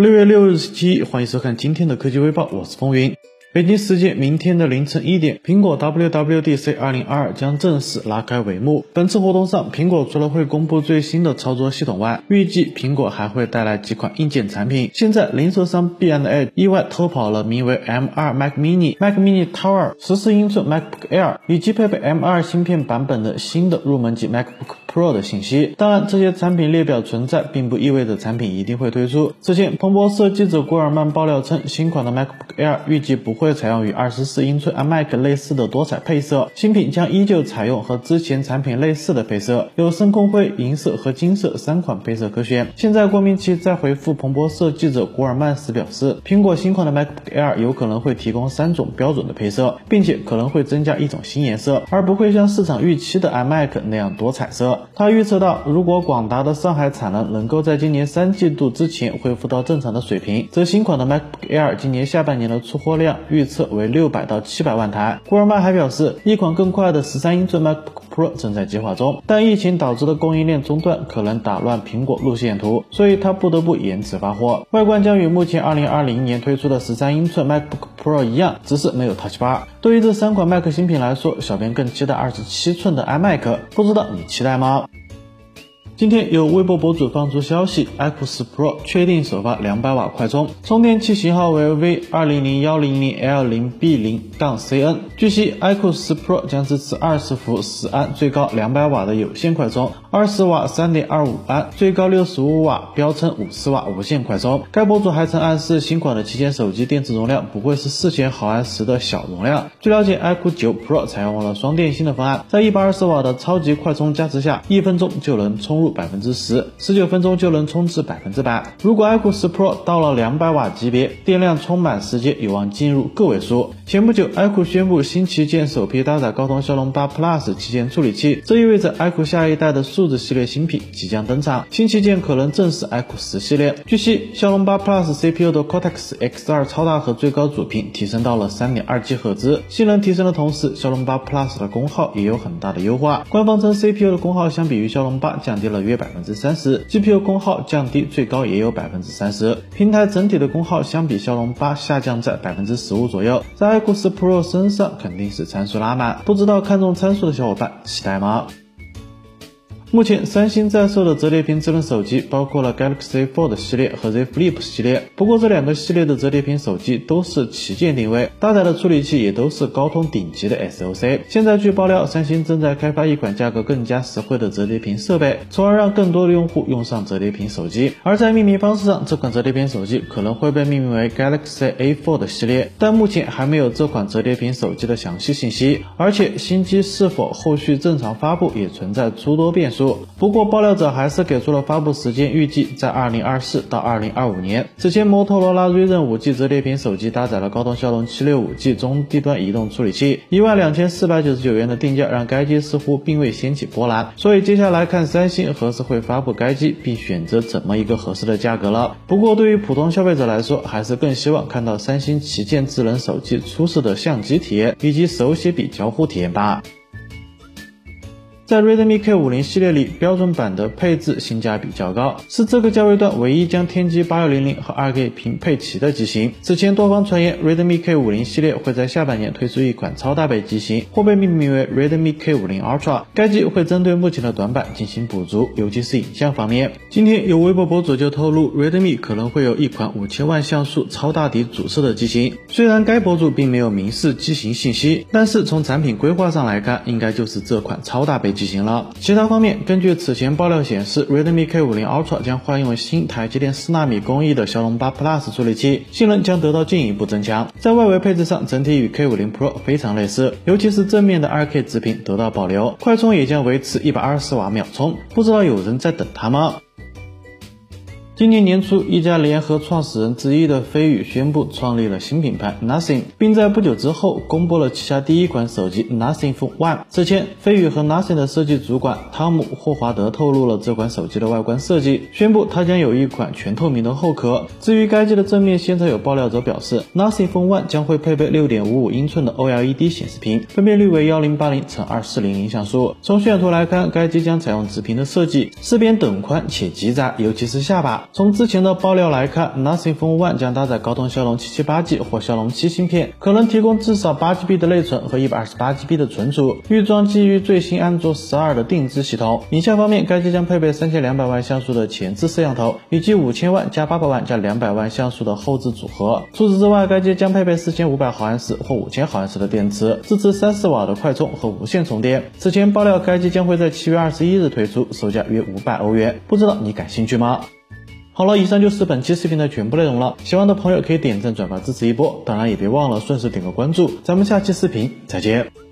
6月6日星期一，欢迎收看今天的科技微报，我是风云。北京时间明天的凌晨1点，苹果 WWDC 2022将正式拉开帷幕。本次活动上，苹果除了会公布最新的操作系统外，预计苹果还会带来几款硬件产品。现在零售商 B&A 意外偷跑了名为 M2 Mac Mini、Mac Mini Tower 14英寸 MacBook Air 以及配备 M2 芯片版本的新的入门级 MacBook Pro 的信息。当然，这些产品列表存在并不意味着产品一定会推出。之前彭博社记者古尔曼爆料称，新款的 MacBook Air 预计不会采用与24英寸 iMac 类似的多彩配色，新品将依旧采用和之前产品类似的配色，有深空灰、银色和金色3款配色可选。现在郭明奇在回复彭博社记者古尔曼时表示，苹果新款的 MacBook Air 有可能会提供3种标准的配色，并且可能会增加1种新颜色，而不会像市场预期的 iMac 那样多彩色。他预测到，如果广达的上海产能够在今年3季度之前恢复到正常的水平，则新款的 MacBook Air 今年下半年的出货量预测为600到700万台。古尔曼还表示，一款更快的13英寸 MacBook Pro 正在计划中，但疫情导致的供应链中断可能打乱苹果路线图，所以他不得不延迟发货。外观将与目前2020年推出的13英寸 MacBook Pro 一样，只是没有 Touch Bar。对于这3款 Mac 新品来说，小编更期待27寸的 iMac， 不知道你期待吗？今天有微博博主放出消息 ，iQOO 10 Pro 确定首发200瓦快充，充电器型号为 V200100L0B0-CN。据悉 ，iQOO 10 Pro 将支持20伏10安最高200瓦的有线快充，20瓦 3.25 安最高65瓦标称50瓦无线快充。该博主还曾暗示，新款的旗舰手机电池容量不会是4000毫安时的小容量。据了解 ，iQOO 9 Pro 采用了双电芯的方案，在120瓦的超级快充加持下，1分钟就能充入10%， 19分钟就能充至100%。如果 iQOO 10 Pro 到了200瓦级别，电量充满时间有望进入个位数。前不久 iQOO 宣布新旗舰首批搭载高通骁龙8 Plus 旗舰处理器，这意味着 iQOO 下一代的数字系列新品即将登场，新旗舰可能正是 iQOO 10系列。据悉，骁龙8 Plus CPU 的 Cortex X2 超大核最高主频提升到了 3.2 赫兹，性能提升的同时，骁龙8 Plus 的功耗也有很大的优化。官方称 CPU 的功耗相比于骁龙8降低了约30%， GPU 功耗降低最高也有 30%， 平台整体的功耗相比骁龙8下降在 15% 左右。在 iQOO 10 Pro 身上肯定是参数拉满，不知道看中参数的小伙伴期待吗？目前三星在售的折叠屏智能手机包括了 Galaxy Fold 系列和 Z Flip 系列，不过这2个系列的折叠屏手机都是旗舰定位，搭载的处理器也都是高通顶级的 SoC。现在据爆料，三星正在开发一款价格更加实惠的折叠屏设备，从而让更多的用户用上折叠屏手机。而在命名方式上，这款折叠屏手机可能会被命名为 Galaxy A Fold 系列，但目前还没有这款折叠屏手机的详细信息，而且新机是否后续正常发布也存在诸多变数。不过爆料者还是给出了发布时间，预计在2024到2025年。此前摩托罗拉 Razr 5G 折叠屏手机搭载了高通骁龙 765G 中低端移动处理器，12499元的定价让该机似乎并未掀起波澜，所以接下来看三星何时会发布该机，并选择怎么一个合适的价格了。不过对于普通消费者来说，还是更希望看到三星旗舰智能手机出示的相机体验以及手写笔交互体验吧。在 Redmi K50 系列里，标准版的配置性价比较高，是这个价位段唯一将天玑8600和 2K 屏配齐的机型。此前多方传言 Redmi K50 系列会在下半年推出一款超大杯机型，或被命名为 Redmi K50 Ultra， 该机会针对目前的短板进行补足，尤其是影像方面。今天有微博博主就透露 Redmi 可能会有一款5000万像素超大底主摄的机型，虽然该博主并没有明示机型信息，但是从产品规划上来看，应该就是这款超大杯机型了。其他方面，根据此前爆料显示 Redmi K50 Ultra 将换用新台积电4纳米工艺的骁龙8 Plus 处理器，性能将得到进一步增强。在外围配置上，整体与 K50 Pro 非常类似，尤其是正面的 2K 直屏得到保留，快充也将维持120瓦秒充，不知道有人在等它吗？今年年初，一家联合创始人之一的飞宇宣布创立了新品牌 Nothing， 并在不久之后公布了旗下第一款手机 Nothing Phone One。此前，飞宇和 Nothing 的设计主管汤姆·霍华德透露了这款手机的外观设计，宣布它将有一款全透明的后壳。至于该机的正面，现在有爆料者表示 Nothing Phone One 将会配备 6.55 英寸的 OLED 显示屏，分辨率为 1080×2400像素。从渲染图来看，该机将采用直屏的设计，四边等宽且极窄，尤其是下巴。 从之前的爆料来看 ，Nothing Phone One 将搭载高通骁龙778G 或骁龙7芯片，可能提供至少8GB 的内存和128GB 的存储，预装基于最新安卓12的定制系统。影像方面，该机将配备3200万像素的前置摄像头，以及5000万加800万加200万像素的后置组合。除此之外，该机将配备4500毫安时或5000毫安时的电池，支持30瓦的快充和无线充电。此前爆料，该机将会在7月21日推出，售价约500欧元，不知道你感兴趣吗？好了，以上就是本期视频的全部内容了，喜欢的朋友可以点赞转发支持一波，当然也别忘了顺势点个关注，咱们下期视频再见。